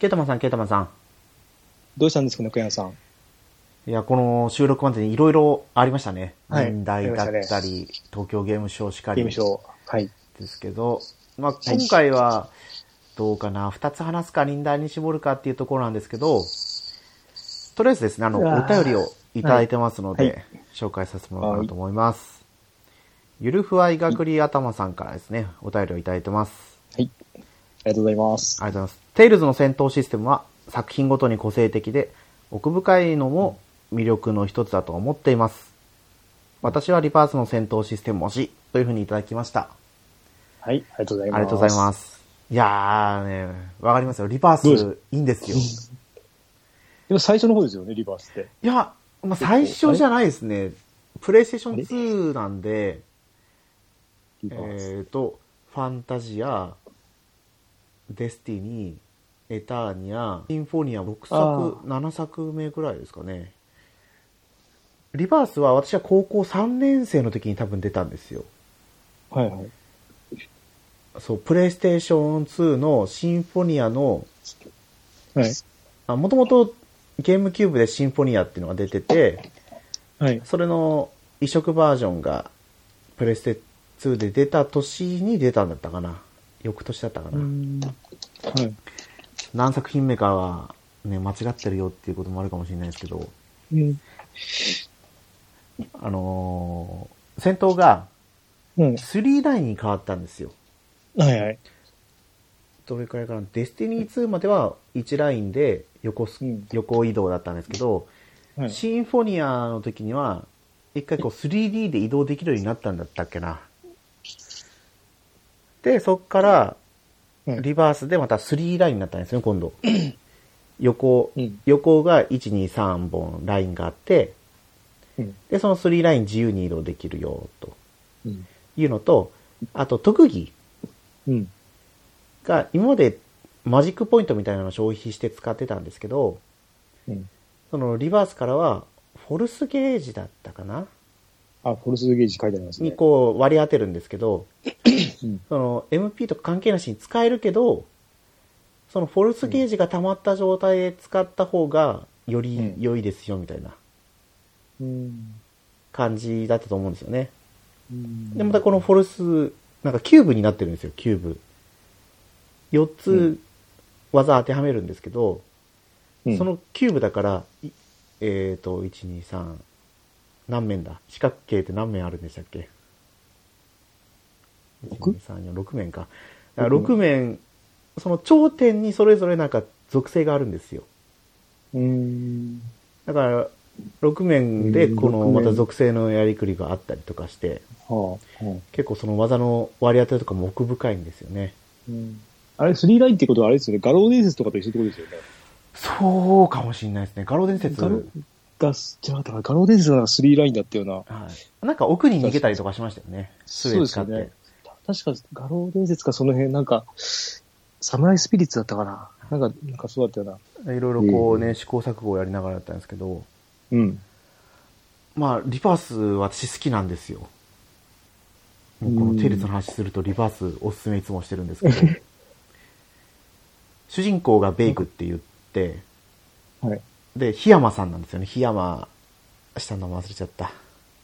ケータマンさん、ケータマンさん。 どうしたんですかね、小山さん。 いや、この収録までにいろいろありましたね。 はい年代だったありましたり、東京ゲームショウしかりゲームショー。はい。 ですけど、まあ、今回はどうかな、2つ話すか、年代に絞るかっていうところなんですけど、とりあえずですね、お便りをいただいてますので、 はい紹介させてもらおうかなと思います。ゆるふわいがくり頭さんからですね、お便りをいただいてます。 はい。ありがとうございます。 ありがとうございます。テイルズの戦闘システムは作品ごとに個性的で奥深いのも魅力の一つだと思っています。私はリバースの戦闘システム推しというふうにいただきました。 はい。ありがとうございます。 ありがとうございます。いやーね、わかりますよ。リバースいいんですよ。 でも最初の方ですよね、リバースって。 いや、まあ、最初じゃないですね。プレイステーション2なんで、 リバース。 ファンタジア、デスティニー、エターニア、シンフォニア6作、7作目ぐらいですかね。リバースは私は高校3年生の時に多分出たんですよ。 はいはい。 そう、プレイステーション2のシンフォニアの、 はい。 もともとゲームキューブでシンフォニアっていうのが出てて、 はい。 それの移植バージョンがプレステ2で出た年に出たんだったかな。翌年だったかな。 はい。 何作品目かはね、間違ってるよっていうこともあるかもしれないですけど、 うん。 戦闘がうん。 3ラインに変わったんですよ。 はいはい。 どれくらいかな。デスティニー2までは1ラインで横移動だったんですけど、 はい。 シンフォニアの時には一回こう 3D で移動できるようになったんだったっけな。で、そっからリバースでまた3ラインになったんですよ、今度。横が1、2、3本ラインがあって、で、その3ライン自由に移動できるよ、というのと、あと特技が今までマジックポイントみたいなのを消費して使ってたんですけど、そのリバースからはフォルスゲージだったかな、 フォルスゲージ書いてありますね。 にこう割り当てるんですけど、その MP とか関係なしに使えるけど、そのフォルスゲージが溜まった状態で使った方がより良いですよみたいな感じだったと思うんですよね。で、またこのフォルス、なんかキューブになってるんですよ、キューブ。4つ技当てはめるんですけど、そのキューブだから、1、2、3、何面だ？四角形って何面あるんでしたっけ？ 1、2、3、4、6面か。だから6面、その頂点にそれぞれなんか属性があるんですよ。だから、6面でこのまた属性のやりくりがあったりとかして、結構その技の割り当てとかも奥深いんですよね。 あれ、3ラインってことはあれですよね。ガロー伝説とかと一緒ってことですよね。 そうかもしれないですね。ガロー伝説。 じゃあ、ガロー伝説が3ラインだったような。 はい。なんか奥に逃げたりとかしましたよね。 そうですよね。確かガロー伝説かその辺、なんか、サムライスピリッツだったかな。なんかそうだったよな。いろいろこうね、試行錯誤をやりながらだったんですけど、まあ、リバース私好きなんですよ。もうこのテイルズの話するとリバースおすすめいつもしてるんですけど、主人公がベイクって言って、で、檜山さんなんですよね。檜山、下の名前忘れちゃった。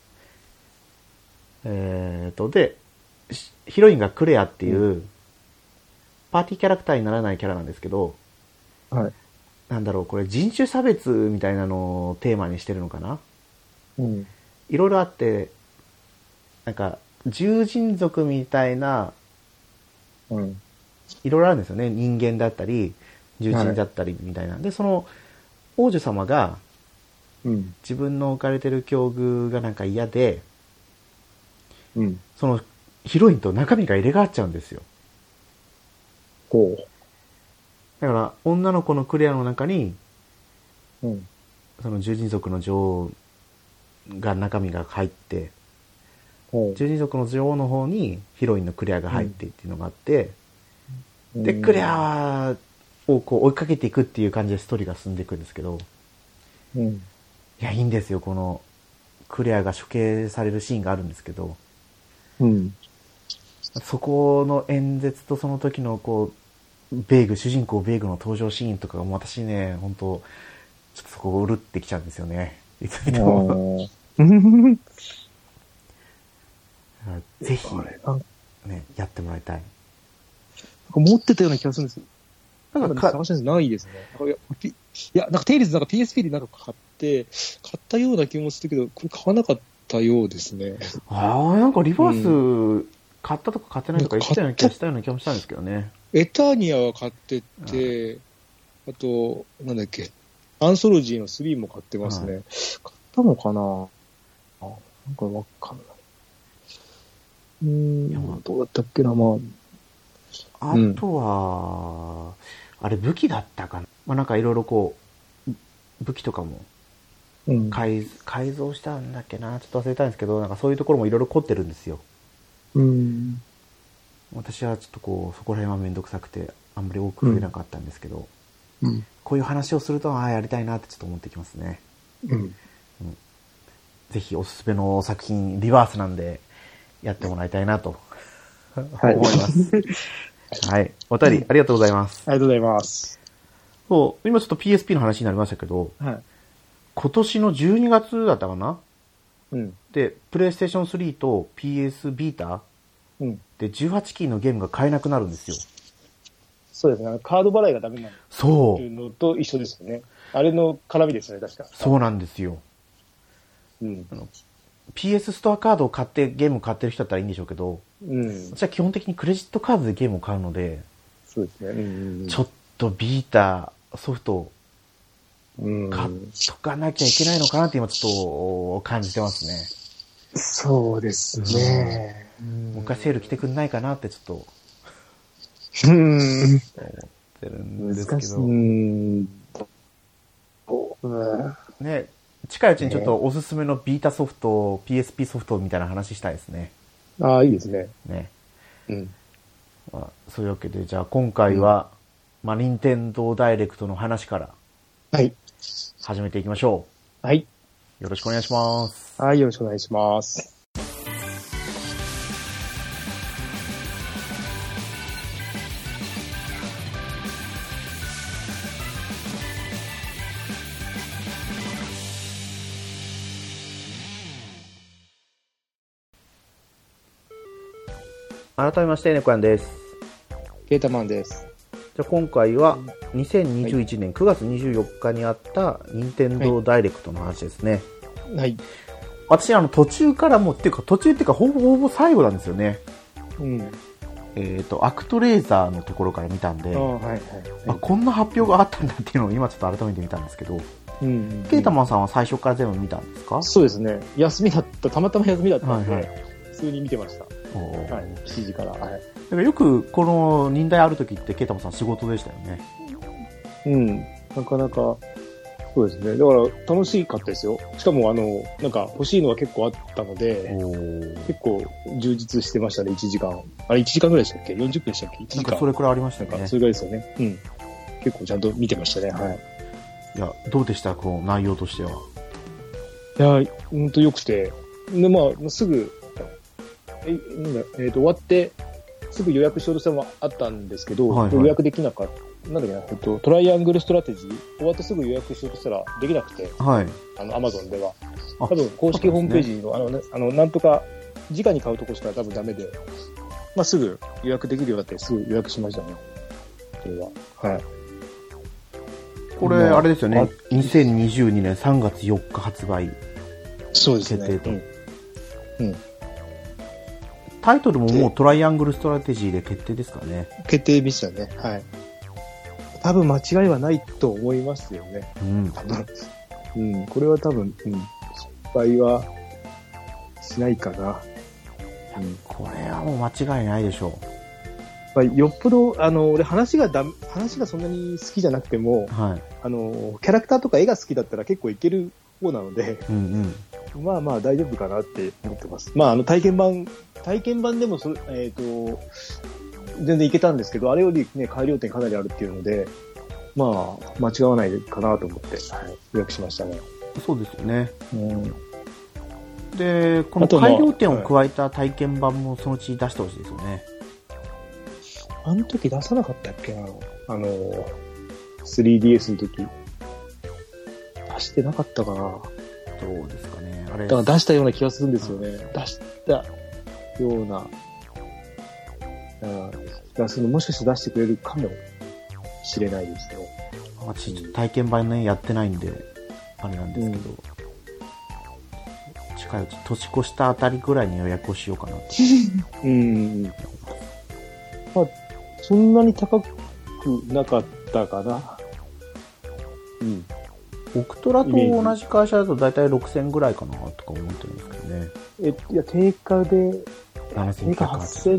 で、ヒロインがクレアっていう、パーティーキャラクターにならないキャラなんですけど、なんだろう、これ人種差別みたいなのをテーマにしてるのかな。いろいろあって、なんか、獣人族みたいな、いろいろあるんですよね。人間だったり、獣人だったりみたいな。で、その、王女様が、自分の置かれてる境遇がなんか嫌で、その、ヒロインと中身が入れ替わっちゃうんですよ。だから、女の子のクレアの中に、その獣人族の女王が中身が入って、獣人族の女王の方にヒロインのクレアが入ってっていうのがあって、で、クレアをこう追いかけていくっていう感じでストーリーが進んでいくんですけど、いや、いいんですよ、この、クレアが処刑されるシーンがあるんですけど、そこの演説とその時のこう、 主人公ベーグの登場シーンとかが私ね、本当ちょっとそこをうるってきちゃうんですよね。いつ見ても。ぜひ、ね、やってもらいたい。 持ってたような気がするんですよ。なんか探したんですないですね。いや、なんかテイルズなんか PSP でなんか買ったような気もするけど、これ買わなかったようですね。 なんかリバース、買ったとか買ってないとか言ってたような気がしたような気もしたんですけどね。 エターニアは買ってて、あと、なんだっけ、アンソロジーの3も買ってますね。買ったのかななんかわかんない。どうだったっけな、 あとは、あれ武器だったかな。まあ、なんかいろいろこう、武器とかも改造したんだっけな。ちょっと忘れたんですけど、なんかそういうところもいろいろ凝ってるんですよ。私はちょっとこう、そこら辺はめんどくさくて、あんまり多く触れなかったんですけど、こういう話をすると、やりたいなってちょっと思ってきますね。ぜひおすすめの作品、リバースなんで、やってもらいたいなと、思います。はい。お便り、ありがとうございます。 ありがとうございます。 そう、今ちょっと PSP の話になりましたけど、今年の12月だったかな、で、プレイステーション3と PS ビータ、で18キーのゲームが買えなくなるんですよ。 そうですね。カード払いがダメなのと一緒ですよね。あれの絡みですね、確か。 そうなんですよ。PS ストアカードを買ってゲームを買ってる人だったらいいんでしょうけど、私は基本的にクレジットカードでゲームを買うので、 そうですね。 ちょっとビータソフトを買っとかなきゃいけないのかなって今ちょっと感じてますね。 そうですね。 もう一回セール来てくんないかなってちょっと思ってるんですけど。ね、近いうちにちょっとおすすめのビータソフト、PSP ソフトみたいな話したいですね。 いいですね。 そういうわけで、じゃあ今回は、任天堂ダイレクトの話から始めていきましょう。はい。 よろしくお願いします。 はい、よろしくお願いします。 改めまして、猫やんです。 ケータマンです。 じゃあ今回は2021年9月24日にあった任天堂ダイレクトの話ですね。 はい。 私途中からもっていうかほぼ最後なんですよね。アクトレーザーのところから見たんで、こんな発表があったんだっていうのを今ちょっと改めて見たんですけど、ケータマンさんは最初から全部見たんですか？ そうですね。たまたま休みだったんで、普通に見てました。7時から。だからよくこの忍耐ある時ってケータマンさん仕事でしたよね。 なかなかそうですね。だから楽しかったですよ。しかもなんか欲しいのは結構あったので、結構充実してましたね。1時間。あれ1時間ぐらいでしたっけ？ 40 分でしたっけ？ 1時間。 なんかそれくらいありましたね。 なんかそれぐらいですよね。結構ちゃんと見てましたね。はい。 いや、どうでしたこの内容としては。 いや、ほんと良くて。で、すぐ、終わって、すぐ予約しようとしたのもあったんですけど、予約できなかった。なんだっけな、トライアングルストラテジー終わってすぐ予約しようとしたらできなくて、アマゾンでは。多分、公式ホームページの、なんとか、直に買うとこしか多分ダメで、すぐ予約できるようになって、すぐ予約しましたね。それは。はい。 これ、あれですよね。2022年3月4日発売。 そうですね。 決定と。タイトルももうトライアングルストラテジーで決定ですかね。 決定でしたね。はい。多分間違いはないと思いますよね。多分。これは多分、失敗はしないかな。 これはもう間違いないでしょう。よっぽど、俺話がそんなに好きじゃなくても、キャラクターとか絵が好きだったら結構いける方なので、大丈夫かなって思ってます。体験版でも全然いけたんですけど、あれよりね、改良点かなりあるっていうので、間違わないかなと思って、予約しましたね。 そうですよね。で、この改良点を加えた体験版もそのうち出してほしいですよね。 あの時出さなかったっけな、3DS の時。出してなかったかな。どうですかね。あれ。 だから出したような気がするんですよね。出したような。もしかして出してくれるかもしれないですね。 私、体験版ね、やってないんで、あれなんですけど。近いうち、年越したあたりぐらいに予約をしようかなと。 まあ、そんなに高くなかったかな。 オクトラと同じ会社だとだいたい6000ぐらいかなとか思ってるんですけどね。 いや、定価で、定価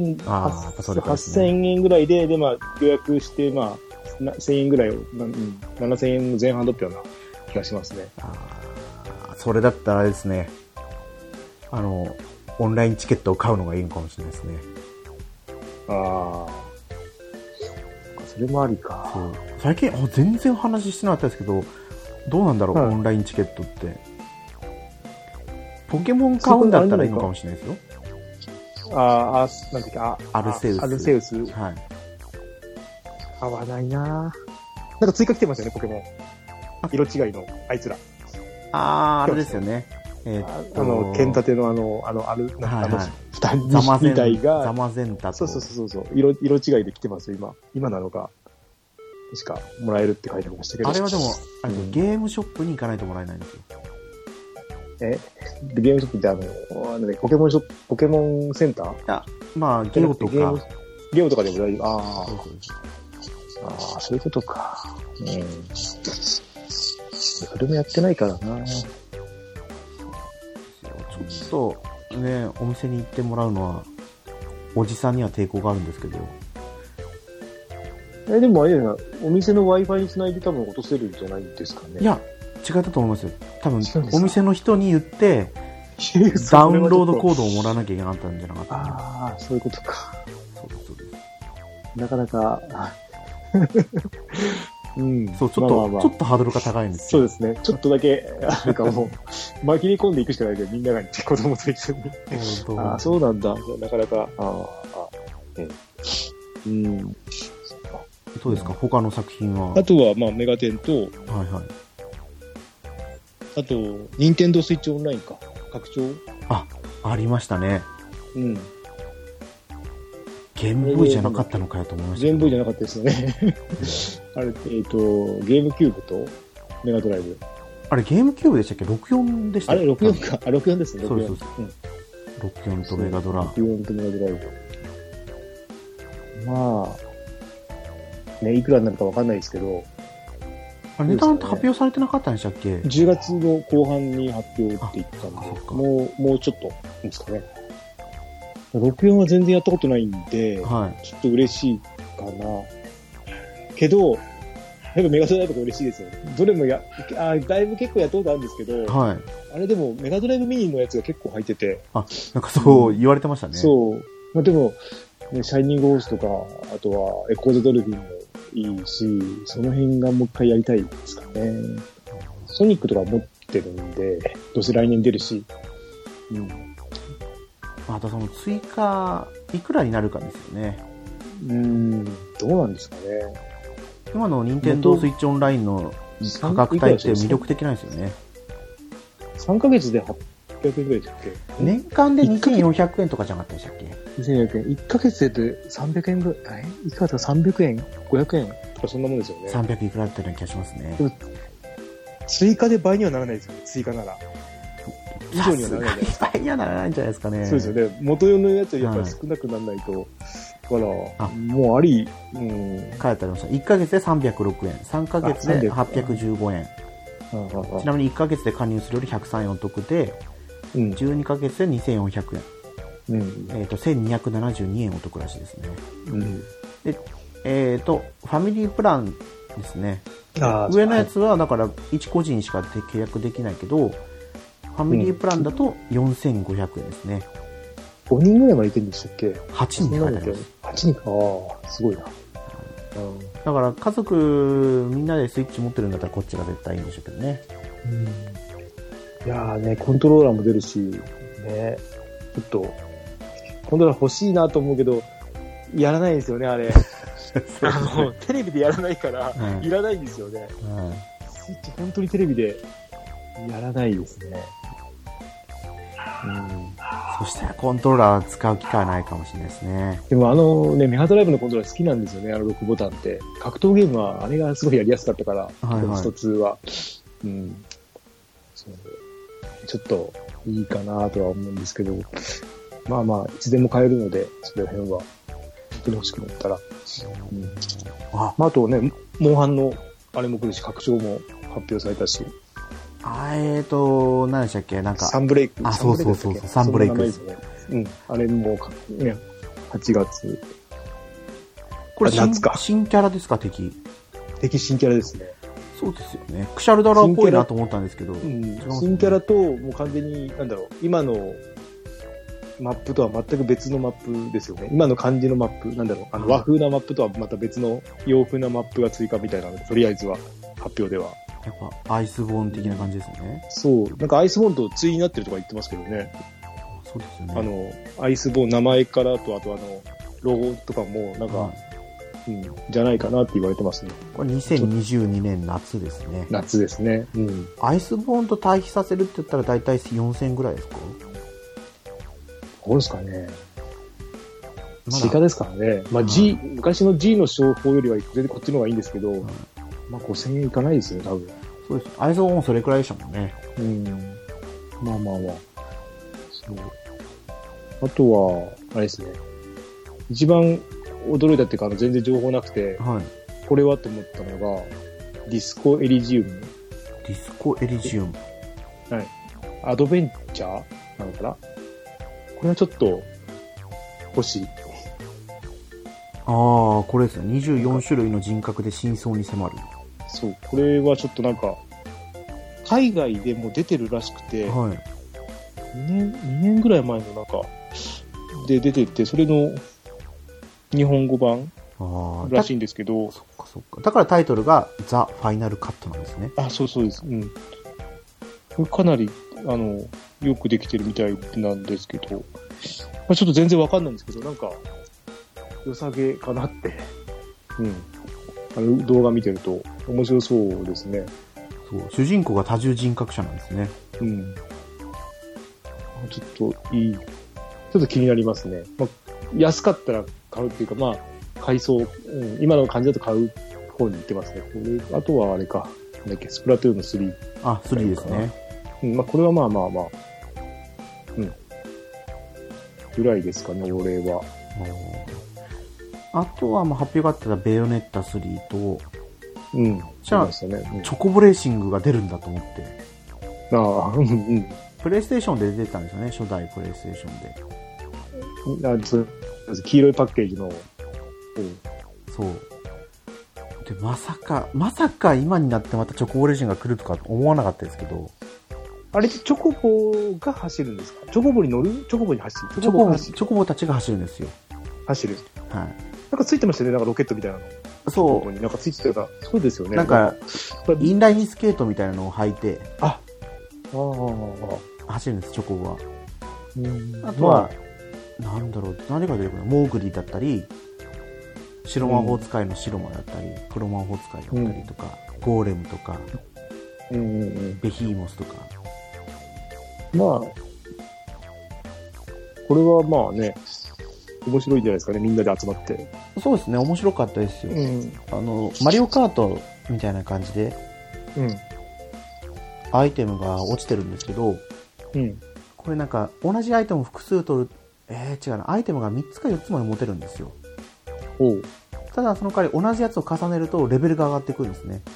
8000円ぐらいで、まあ、予約して、まあ、1000円ぐらいを、7000円の前半だったような気がしますね。 それだったらあれですね。オンラインチケットを買うのがいいのかもしれないですね。 それもありか。 そう。最近、全然話してなかったですけど、どうなんだろう、オンラインチケットって。ポケモン買うんだったらいいのかもしれないですよ。 なんていうか、 アルセウス。 アルセウス。 はい。 買わないなぁ。なんか追加来てますよね、ポケモン。色違いの、あいつら。 あれですよね。 剣立ての二台が、 ザマゼンタと。 そう。色違いで来てますよ、今なのか。確か、もらえるって書いてましたけど。 あれはでも、ゲームショップに行かないともらえないんですよ。 ゲームショップってポケモンセンター？ まあ、ゲオとか。 ゲオとかでも大丈夫。そういうことか。それもやってないからな。 ちょっと、ね、お店に行ってもらうのは、おじさんには抵抗があるんですけど。 でもあれだな、お店の Wi-Fi につないで多分落とせるんじゃないんですかね。 いや、違ったと思いますよ。多分、お店の人に言って、ダウンロードコードをもらわなきゃいけなかったんじゃなかったか。そういうことか。 そうです。 なかなか、 そう、ちょっとハードルが高いんですよ。そうですね。ちょっとだけ、なんかもう、紛れ込んでいくしかないけど、みんなが子供と一緒に。そうなんだ。なかなか、 どうですか、他の作品は。 あとは、まあ、メガテンと、あと、ニンテンドースイッチオンラインか。拡張？ ありましたね。ゲームボーイじゃなかったのかよと思いました。 ゲームボーイじゃなかったですよね。あれ、ゲームキューブとメガドライブ。 あれ、ゲームキューブでしたっけ ?64 でしたっけ？ あれ、64か。64ですね。 そう。64とメガドラ。 64とメガドライブ。まあ、ね、いくらになるかわかんないですけど。 値段って発表されてなかったんでしたっけ？ 10 月の後半に発表って言ったんで、もうちょっとですかね。64は全然やったことないんで、ちょっと嬉しいかな。けど、やっぱメガドライブが嬉しいですよ。どれもだいぶ結構やったことあるんですけど、あれでもメガドライブミニのやつが結構入ってて。 なんかそう言われてましたね。 そう。まあ、でも、ね、シャイニングホースとか、あとはエコーズドルフィンもいいし、その辺がもう一回やりたいですかね。ソニックとか持ってるんで、どうせ来年出るし。 あとその追加いくらになるかですよね。 どうなんですかね。 今の任天堂スイッチオンラインの価格帯って魅力的なんですよね。3 ヶ月で800円ぐらいでしたっけ？ 年間で2400円とかじゃなかったでしたっけ ？2400円。1ヶ月で300円ぐらい。いくらだったら300円 ?500 円とかそんなもんですよね。 300いくらだったような気がしますね。 でも追加で倍にはならないですよね。追加なら。以上にはならないじゃないですか。 倍にはならないんじゃないですかね。 そうですよね。元用のやつはやっぱり少なくならないと。だから、もうあり、 書いてありました。1ヶ月で306円。3ヶ月で815円。ちなみに1ヶ月で加入するより103円お得で、12ヶ月で2400円。1272円お得らしいですね。で、ファミリープランですね。上のやつは、だから、1個人しか契約できないけど、ファミリープランだと4500円ですね。 5人ぐらいまでいけるんでしたっけ？ 8人って書いてあります。 8人か。すごいな。 だから家族みんなでスイッチ持ってるんだったらこっちが絶対いいんでしょうけどね。 いやーね、コントローラーも出るし、ね、ちょっと、コントローラー欲しいなと思うけど、やらないですよね、あれ。 テレビでやらないから、いらないんですよね。スイッチ本当にテレビでやらないですね。 そしたらコントローラー使う機会はないかもしれないですね。 でもメガドライブのコントローラー好きなんですよね、6ボタンって。格闘ゲームはあれがすごいやりやすかったから、一つは。そうちょっといいかなとは思うんですけど、まあ、いつでも買えるので、その辺は、本当に欲しくなったら。あとね、モンハンのあれも来るし、拡張も発表されたし。 何でしたっけなんか。 サンブレイク。 そう、サンブレイクですね。 あれも、ね、8月。 これ夏か。新キャラですか、敵新キャラですね。 そうですよね。クシャルダラーっぽいなと思ったんですけど。 新キャラと、もう完全に、今のマップとは全く別のマップですよね。今の感じのマップ、和風なマップとはまた別の洋風なマップが追加みたいなので、とりあえずは、発表では。 やっぱ、アイスボーン的な感じですよね。 そう。なんかアイスボーンと対になってるとか言ってますけどね。 そうですよね。 アイスボーン、名前からと、あとロゴとかも、なんか、じゃないかなって言われてますね。 これ2022年夏ですね。 夏ですね。 アイスボーンと対比させるって言ったら大体4000ぐらいですか？ どうですかね。追加ですからね。昔の G の商法よりは全然こっちの方がいいんですけど、5000円いかないですよ、多分。 そうです。アイスボーンもそれくらいでしたもんね。 まあ。そう。あとは、あれですね。一番驚いたっていうか、全然情報なくて、これはと思ったのが、ディスコエリジウム。 ディスコエリジウム。 はい。アドベンチャーなのかな？これはちょっと、欲しい。 これですね。24種類の人格で真相に迫る。 そう。これはちょっとなんか、海外でも出てるらしくて、2年ぐらい前のなんか、で出てて、それの日本語版らしいんですけど。 そっか。だからタイトルがザ・ファイナルカットなんですね。 そうです。これかなり、よくできてるみたいなんですけど、ちょっと全然わかんないんですけど、なんか、良さげかなって、動画見てると面白そうですね。 そう、主人公が多重人格者なんですね。 ちょっと気になりますね。安かったら買うっていうか、買いそう、今の感じだと買う方に行ってますね。あとはあれか、なんだっけ、スプラトゥーンの3。 3ですね。 これはぐらいですかね、俺は。 あとは発表があったらベヨネッタ3と、 じゃあ、 チョコボレーシングが出るんだと思って。プレイステーションで出てたんですよね、初代プレイステーションで。 黄色いパッケージの。 そう。で、まさか今になってまたチョコボレーシングが来るとか思わなかったですけど。 あれってチョコボが走るんですか？チョコボに乗る？チョコボに走る？ チョコボたちが走るんですよ。 走る。 はい。 なんかついてましたね、なんかロケットみたいなの。 そう。 なんかついてたから、そうですよね。 なんか、インラインスケートみたいなのを履いて、走るんです、チョコボは。あとは、何が出るかな、モーグリだったり、白魔法使いの白魔だったり、黒魔法使いだったりとか、ゴーレムとか、ベヒーモスとか。 これはね、面白いんじゃないですかね、みんなで集まって。 そうですね、面白かったですよ。マリオカートみたいな感じで、アイテムが落ちてるんですけど、これなんか、同じアイテムを複数取る、違うな、アイテムが3つか4つまで持てるんですよ。ただ、その代わり同じやつを重ねるとレベルが上がってくるんですね。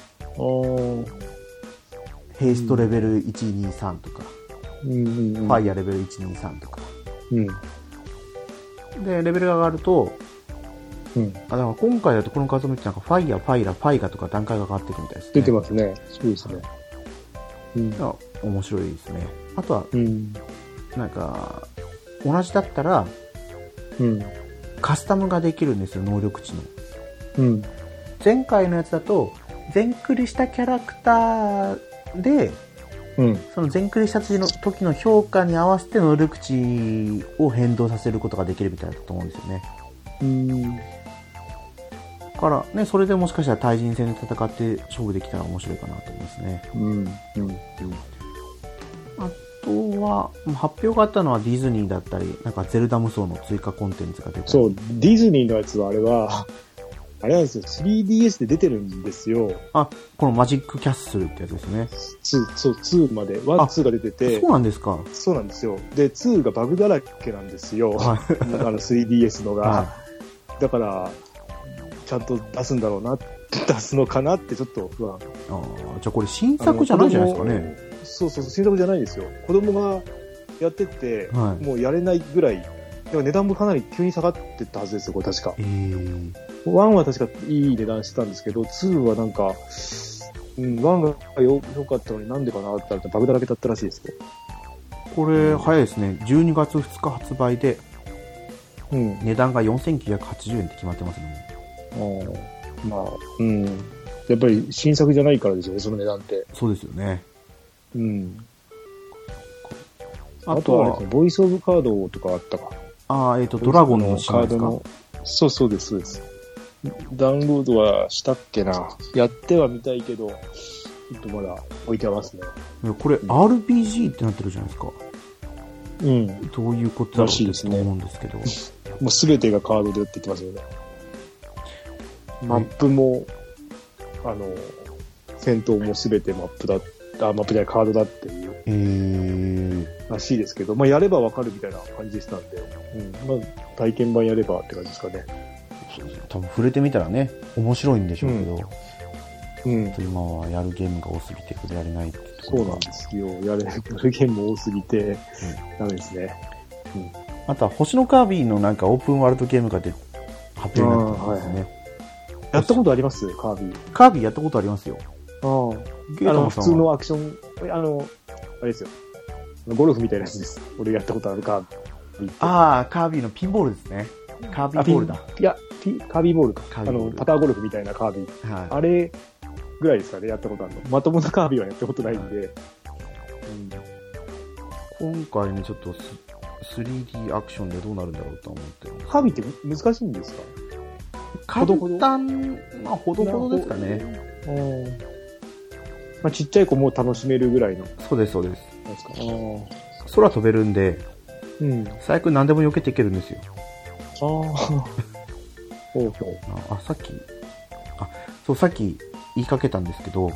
ヘイストレベル123とか、ファイヤーレベル123とか。で、レベルが上がると、だから今回だとこの画像見てなんかファイヤー、ファイラー、ファイガとか段階が上がっていくみたいですね。 出てますね。そうですね。 面白いですね。あとは、なんか、同じだったら、カスタムができるんですよ、能力値の。前回のやつだと、全クリしたキャラクターで、その全クリした時の評価に合わせて能力値を変動させることができるみたいだと思うんですよね。 からね、それでもしかしたら対人戦で戦って勝負できたら面白いかなと思いますね。あとは、発表があったのはディズニーだったり、なんかゼルダ無双の追加コンテンツが出たり。 そう、ディズニーのやつはあれなんですよ、3DS で出てるんですよ。 あ、このマジックキャッスルってやつですね。 そう、2まで、1、2が出てて。 そうなんですか。 そうなんですよ。で、2がバグだらけなんですよ。はい、3DS のが。はい、だから、ちゃんと出すんだろうな、出すのかなってちょっと不安。 じゃあこれ新作じゃないじゃないですかね。 そう、新作じゃないですよ。子供がやってて、はい、もうやれないぐらい、でも値段もかなり急に下がってたはずですよ、これ確か。1は確かいい値段してたんですけど、2はなんか、1が良かったのになんでかなって言ったらバグだらけだったらしいですよ。 これ、早いですね。12月2日発売で、値段が4980円って決まってますね。 まあ、やっぱり新作じゃないからですよね、その値段って。 そうですよね。 あとは、ボイスオブカードとかあったか。 ドラゴンのカードの。 そうです。ダウンロードはしたっけな。やってはみたいけど、ちょっとまだ置いてますね。 これ、RPG ってなってるじゃないですか。どういうことだろうと思うんですけど。 もうすべてがカードでって言ってますよね。マップも、戦闘もすべてマップじゃないカードだっていう。らしいですけど、まあ、やればわかるみたいな感じでしたんで、まあ、体験版やればって感じですかね。 多分触れてみたらね、面白いんでしょうけど、今はやるゲームが多すぎて触れられないってところが。 そうなんですよ。やるゲーム多すぎて、ダメですね。 あとは星のカービィのなんかオープンワールドゲームが発表になってますね。 やったことありますカービィ。 カービィやったことありますよ。 普通のアクション、あれですよ。ゴルフみたいなやつです。俺やったことあるカービィ。 カービィのピンボールですね。カービィボールだ。 いや、カービィボールか。パターゴルフみたいなカービィ。あれぐらいですかね、やったことあるの。まともなカービィはやったことないんで。 今回ね、ちょっと3D アクションでどうなるんだろうと思ってる。 カービィって難しいんですか？ 簡単、ほどほどですかね。 まあ、ちっちゃい子も楽しめるぐらいの。 そうです。空飛べるんで、最悪何でも避けていけるんですよ。さっき言いかけたんですけど、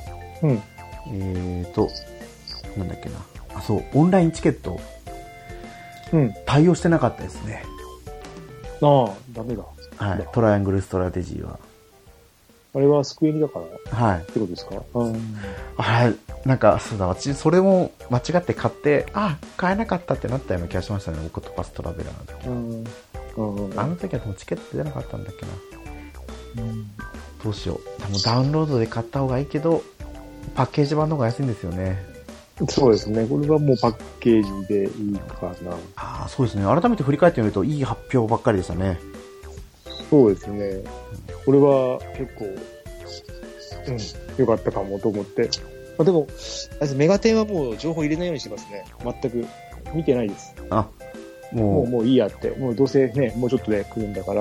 なんだっけな。オンラインチケット、対応してなかったですね。 ダメだ。 はい、トライアングルストラテジーは。 あれはスクエニだから、 はい。 ってことですか？ なんか、そうだ、私、それも間違って買って、買えなかったってなったような気がしましたね、オクトパストラベラーの時。あの時はでもチケット出なかったんだっけな。どうしよう。多分ダウンロードで買った方がいいけど、パッケージ版の方が安いんですよね。 そうですね。これはもうパッケージでいいかな。 そうですね。改めて振り返ってみると、いい発表ばっかりでしたね。 そうですね。これは結構、良かったかもと思って。でも、メガテンはもう情報入れないようにしてますね。全く見てないです。もういいやって。もうどうせね、もうちょっとで来るんだから。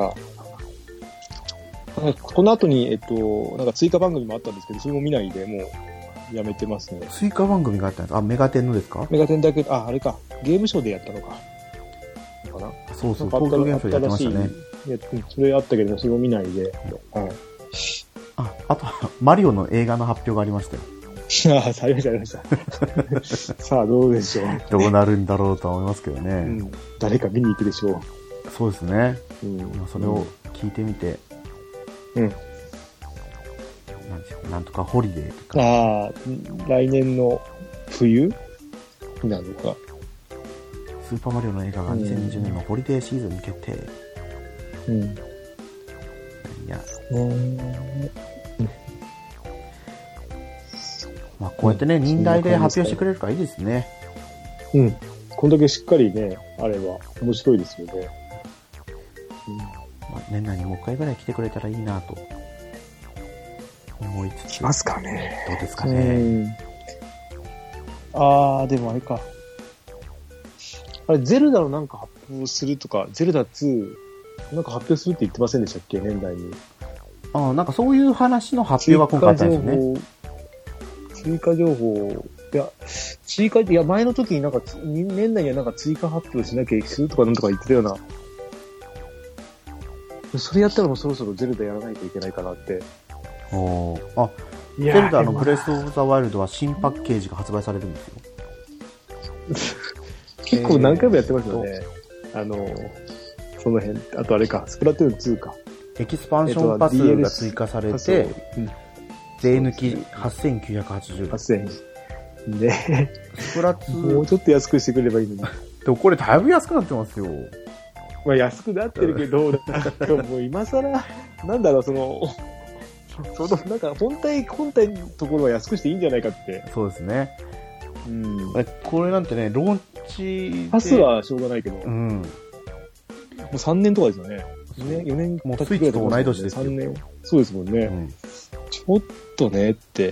この後に、なんか追加番組もあったんですけど、それも見ないで、もうやめてますね。 追加番組があったんですか？メガテンのですか？ メガテンだけ、あれか。ゲームショーでやったのか。 そう、東京ゲームショーやってましたね。 それあったけど、それを見ないで。 あとは、マリオの映画の発表がありましたよ。 ありました。さあ、どうでしょう。 どうなるんだろうとは思いますけどね。 誰か見に行くでしょう。 そうですね。それを聞いてみて。なんとかホリデーとか。来年の冬なのか。 スーパーマリオの映画が2020年のホリデーシーズンに決定。いや。こうやってね、忍耐で発表してくれるからいいですね。 こんだけしっかりね、あれば面白いですよね。 年内にもう一回ぐらい来てくれたらいいなと思いつつ。 来ますかね。 どうですかね。 でもあれか。ゼルダのなんか発表するとか、ゼルダ2、なんか発表するって言ってませんでしたっけ、年内に。 ああ、なんかそういう話の発表が今回あったんですね。 追加情報、いや、前の時になんか、年内にはなんか追加発表しなきゃするとかなんとか言ってたような。それやったらもうそろそろゼルダやらないといけないかなって。 あ、ゼルダのブレスオブザワイルドは新パッケージが発売されるんですよ。 結構何回もやってますよね。その辺。あとあれか、スプラトゥーン2か。 エキスパンションパスが追加されて、税抜き8980円。 8000円。ねスプラトゥーン。 もうちょっと安くしてくればいいのに。 でもこれだいぶ安くなってますよ。 まあ安くなってるけど、もう今更、なんだろう、なんか本体のところは安くしていいんじゃないかって。 そうですね。これなんてね、ローンチパスはしょうがないけど。 うん。 もう3年とかですよね。4年もうスイッチと同い年ですよ。 3年。そうですもんね。ちょっとねって。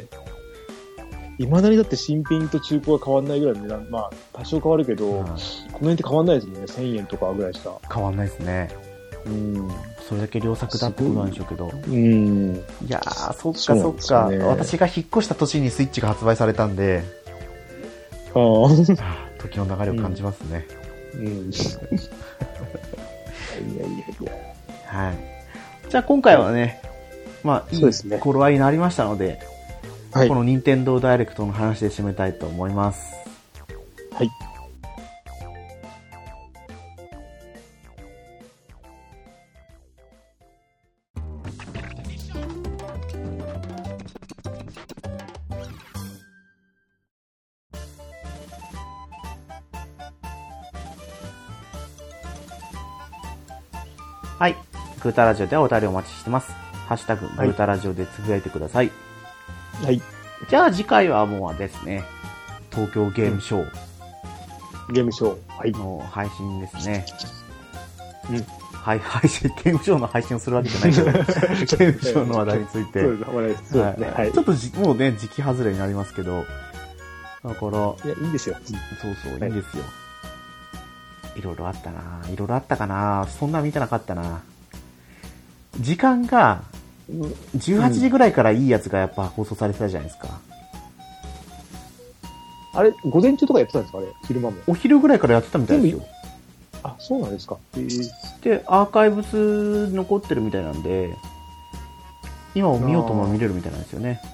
未だにだって新品と中古は変わんないぐらいの値段、まあ多少変わるけど、この辺って変わんないですもんね。1000円とかぐらいしか。 変わんないですね。それだけ良作だってことなんでしょうけど。いやー、そっか、私が引っ越した年にスイッチが発売されたんで、時の流れを感じますね。はい。じゃあ今回はね、まあいい頃合いになりましたので、この任天堂ダイレクトの話で締めたいと思います。 はい。 はい。グータラジオではお便りお待ちしてます。ハッシュタグ、グータラジオでつぶやいてください。 はい。 じゃあ次回はもうですね、東京ゲームショーの配信ですね。はい、配信、ゲームショーの配信をするわけじゃないけど、ゲームショーの話題について。 そうですね。はい。 ちょっともうね、時期外れになりますけど、だから、 いや、いいんですよ。 そう、いいんですよ。いろいろあったな。いろいろあったかな。そんな見てなかったな。時間が、18時ぐらいからいいやつがやっぱ放送されてたじゃないですか。 あれ、午前中とかやってたんですかあれ、昼間も。 お昼ぐらいからやってたみたいですよ。 あ、そうなんですか。 で、アーカイブス残ってるみたいなんで、今を見ようとも見れるみたいなんですよね。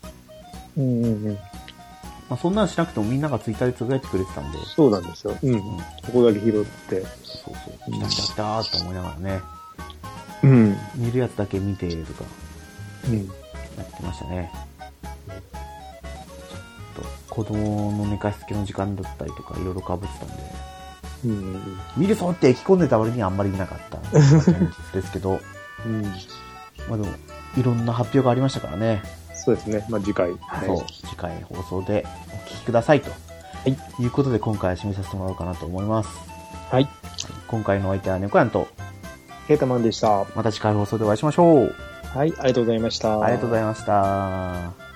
まあ、そんなのしなくてもみんながツイッターでつぶやいてくれてたんで。 そうなんですよ。ここだけ拾って。 そう。来たーと思いながらね。見るやつだけ見てとか、やってましたね。ちょっと子供の寝かしつけの時間だったりとかいろいろ被ってたんで、見るぞって意気込んでた割にはあんまり見なかったですけど、まあでもいろんな発表がありましたからね。 そうですね。まあ次回、 次回放送でお聞きくださいと、いうことで今回は締めさせてもらおうかなと思います。 はい。 今回のお相手は猫やんとケータマンでした。 また次回放送でお会いしましょう。 はい、ありがとうございました。 ありがとうございました。